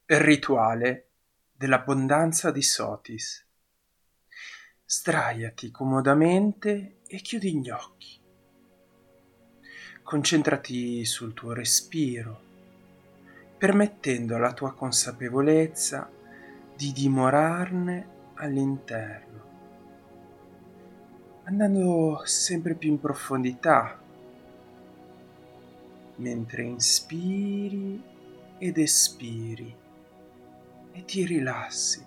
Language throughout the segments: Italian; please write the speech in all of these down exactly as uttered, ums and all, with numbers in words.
Il rituale dell'abbondanza di Sotis. Sdraiati comodamente e chiudi gli occhi. Concentrati sul tuo respiro, permettendo alla tua consapevolezza di dimorarne all'interno, andando sempre più in profondità, mentre inspiri ed espiri e ti rilassi.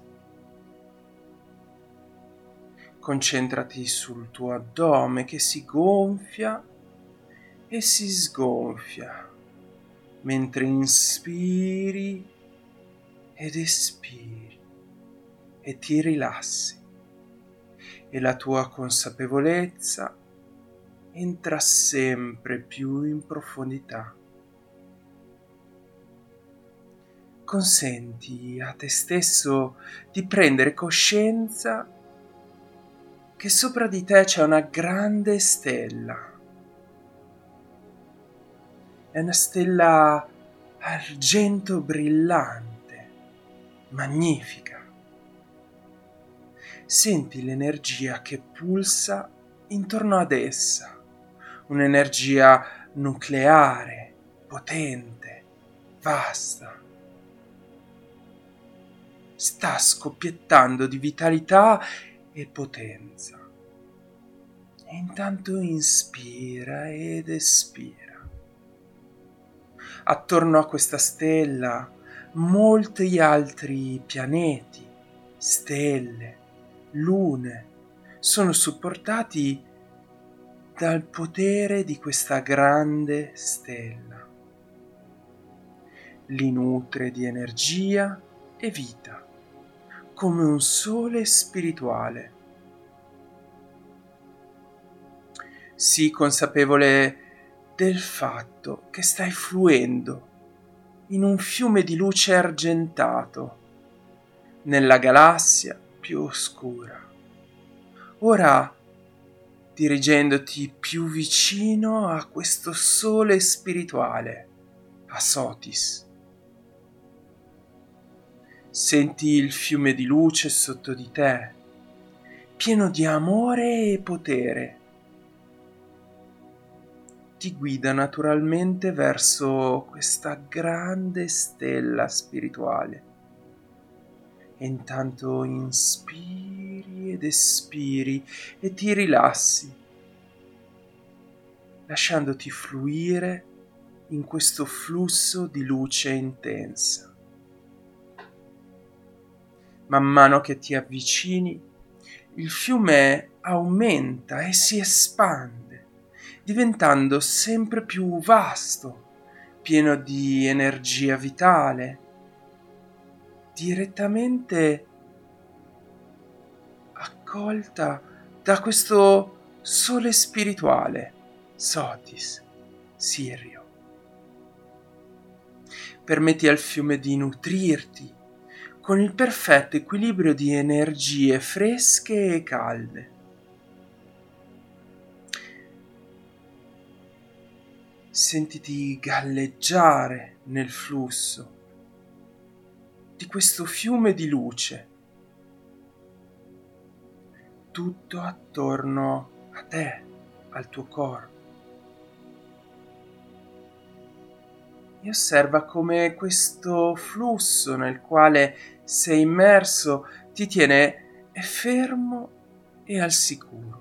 Concentrati sul tuo addome che si gonfia e si sgonfia, mentre inspiri ed espiri e ti rilassi, e la tua consapevolezza entra sempre più in profondità. Consenti a te stesso di prendere coscienza che sopra di te c'è una grande stella. È una stella argento brillante, magnifica. Senti l'energia che pulsa intorno ad essa, un'energia nucleare, potente, vasta. Sta scoppiettando di vitalità e potenza. E intanto inspira ed espira. Attorno a questa stella molti altri pianeti, stelle, lune sono supportati dal potere di questa grande stella. Li nutre di energia e vita, come un sole spirituale. Sii consapevole del fatto che stai fluendo in un fiume di luce argentato nella galassia più oscura. Ora, dirigendoti più vicino a questo sole spirituale, a Sotis, senti il fiume di luce sotto di te, pieno di amore e potere. Ti guida naturalmente verso questa grande stella spirituale. E intanto inspiri ed espiri e ti rilassi, lasciandoti fluire in questo flusso di luce intensa. Man mano che ti avvicini, il fiume aumenta e si espande, diventando sempre più vasto, pieno di energia vitale, direttamente accolta da questo sole spirituale, Sotis, Sirio. Permetti al fiume di nutrirti con il perfetto equilibrio di energie fresche e calde. Sentiti galleggiare nel flusso di questo fiume di luce, tutto attorno a te, al tuo corpo. E osserva come questo flusso nel quale sei immerso ti tiene fermo e al sicuro.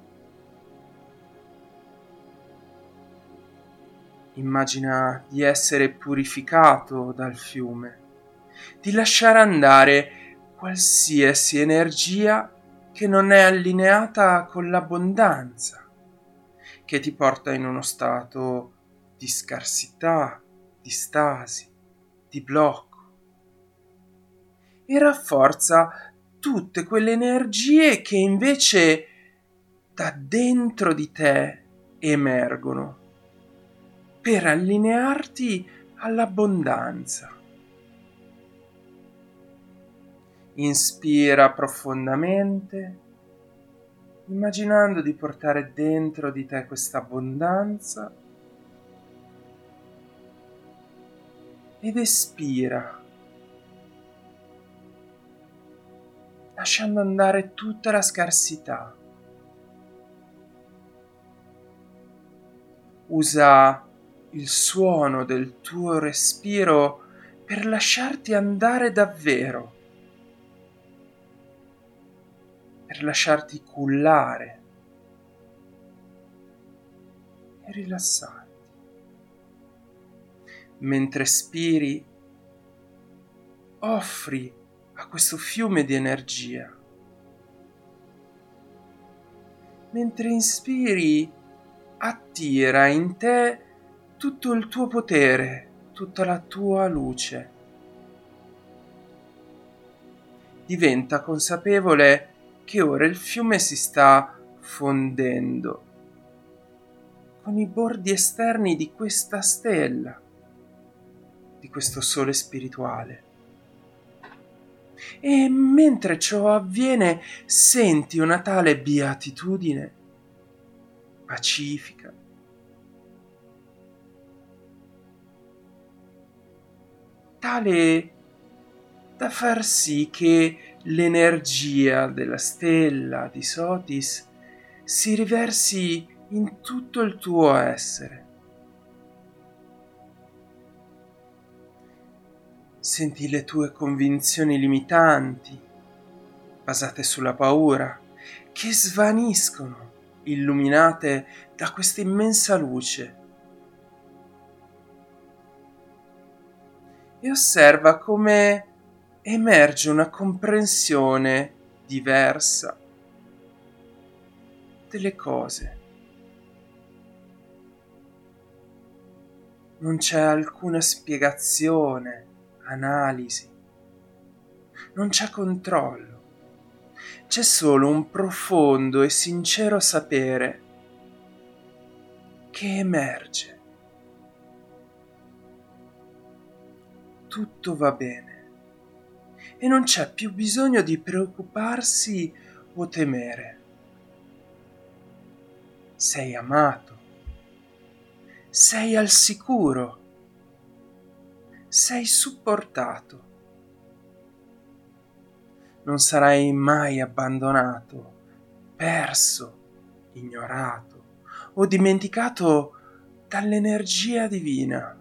Immagina di essere purificato dal fiume, di lasciare andare qualsiasi energia che non è allineata con l'abbondanza, che ti porta in uno stato di scarsità, di stasi, di blocco, e rafforza tutte quelle energie che invece da dentro di te emergono per allinearti all'abbondanza. Inspira profondamente, immaginando di portare dentro di te questa abbondanza, ed espira, lasciando andare tutta la scarsità. Usa il suono del tuo respiro per lasciarti andare davvero, per lasciarti cullare e rilassarti. Mentre espiri, offri a questo fiume di energia. Mentre inspiri, attira in te tutto il tuo potere, tutta la tua luce. Diventa consapevole che ora il fiume si sta fondendo con i bordi esterni di questa stella, di questo sole spirituale. E mentre ciò avviene, senti una tale beatitudine pacifica, tale da far sì che l'energia della stella di Sotis si riversi in tutto il tuo essere. Senti le tue convinzioni limitanti, basate sulla paura, che svaniscono, illuminate da questa immensa luce. E osserva come emerge una comprensione diversa delle cose. Non c'è alcuna spiegazione, analisi, non c'è controllo, c'è solo un profondo e sincero sapere che emerge. Tutto va bene e non c'è più bisogno di preoccuparsi o temere. Sei amato, sei al sicuro, sei supportato. Non sarai mai abbandonato, perso, ignorato o dimenticato dall'energia divina.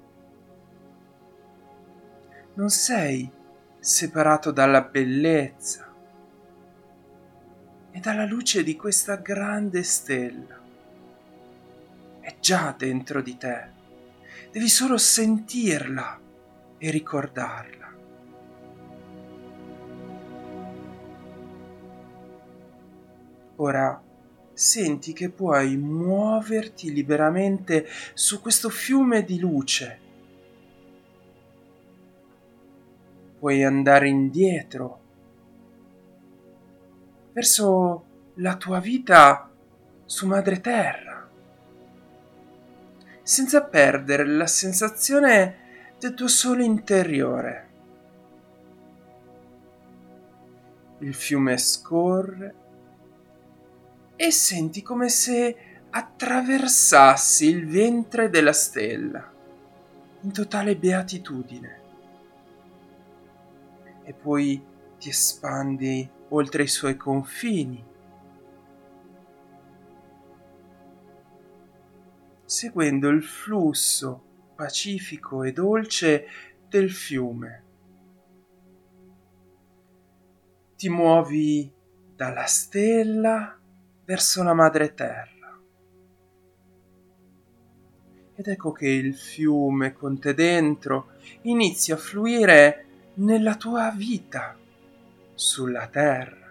Non sei separato dalla bellezza e dalla luce di questa grande stella. È già dentro di te. Devi solo sentirla e ricordarla. Ora senti che puoi muoverti liberamente su questo fiume di luce. Puoi andare indietro verso la tua vita su madre terra, senza perdere la sensazione del tuo sole interiore. Il fiume scorre e senti come se attraversassi il ventre della stella in totale beatitudine. E poi ti espandi oltre i suoi confini, seguendo il flusso pacifico e dolce del fiume. Ti muovi dalla stella verso la madre terra. Ed ecco che il fiume con te dentro inizia a fluire nella tua vita sulla terra,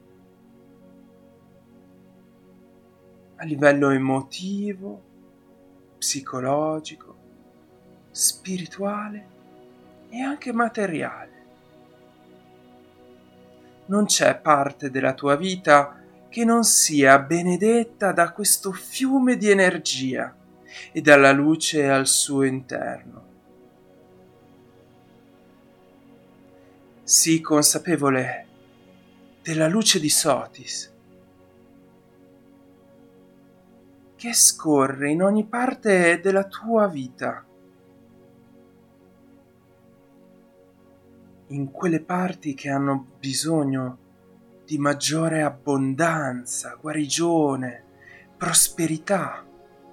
a livello emotivo, psicologico, spirituale e anche materiale. Non c'è parte della tua vita che non sia benedetta da questo fiume di energia e dalla luce al suo interno. Sii consapevole della luce di Sotis che scorre in ogni parte della tua vita, in quelle parti che hanno bisogno di maggiore abbondanza, guarigione, prosperità.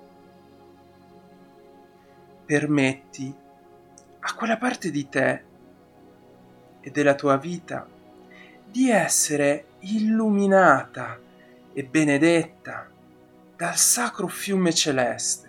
Permetti a quella parte di te e della tua vita di essere illuminata e benedetta dal sacro fiume celeste.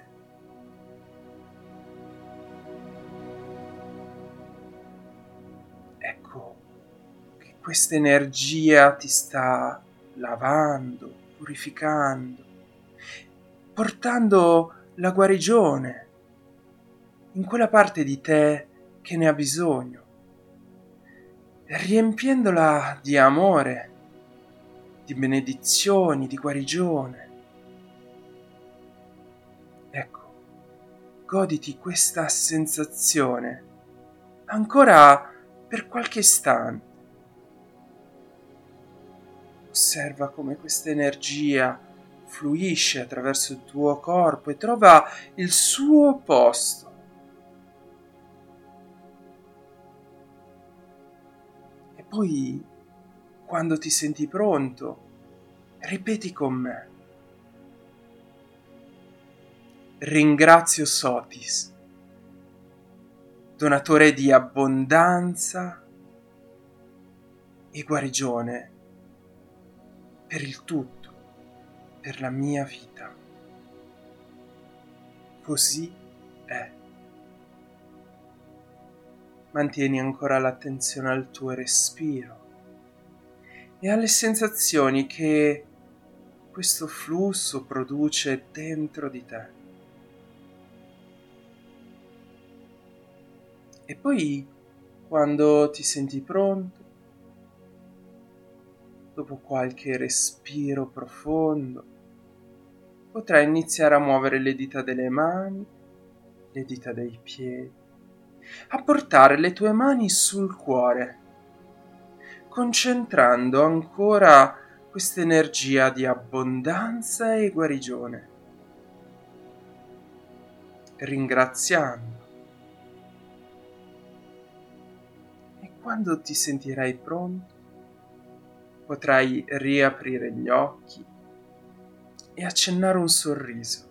Ecco che questa energia ti sta lavando, purificando, portando la guarigione in quella parte di te che ne ha bisogno, riempiendola di amore, di benedizioni, di guarigione. Ecco, goditi questa sensazione ancora per qualche istante. Osserva come questa energia fluisce attraverso il tuo corpo e trova il suo posto. E poi, quando ti senti pronto, ripeti con me: ringrazio Sotis, donatore di abbondanza e guarigione per il tutto, per la mia vita. Così è. Mantieni ancora l'attenzione al tuo respiro e alle sensazioni che questo flusso produce dentro di te. E poi, quando ti senti pronto, dopo qualche respiro profondo, potrai iniziare a muovere le dita delle mani, le dita dei piedi, a portare le tue mani sul cuore, concentrando ancora questa energia di abbondanza e guarigione, ringraziando. E quando ti sentirai pronto, potrai riaprire gli occhi e accennare un sorriso.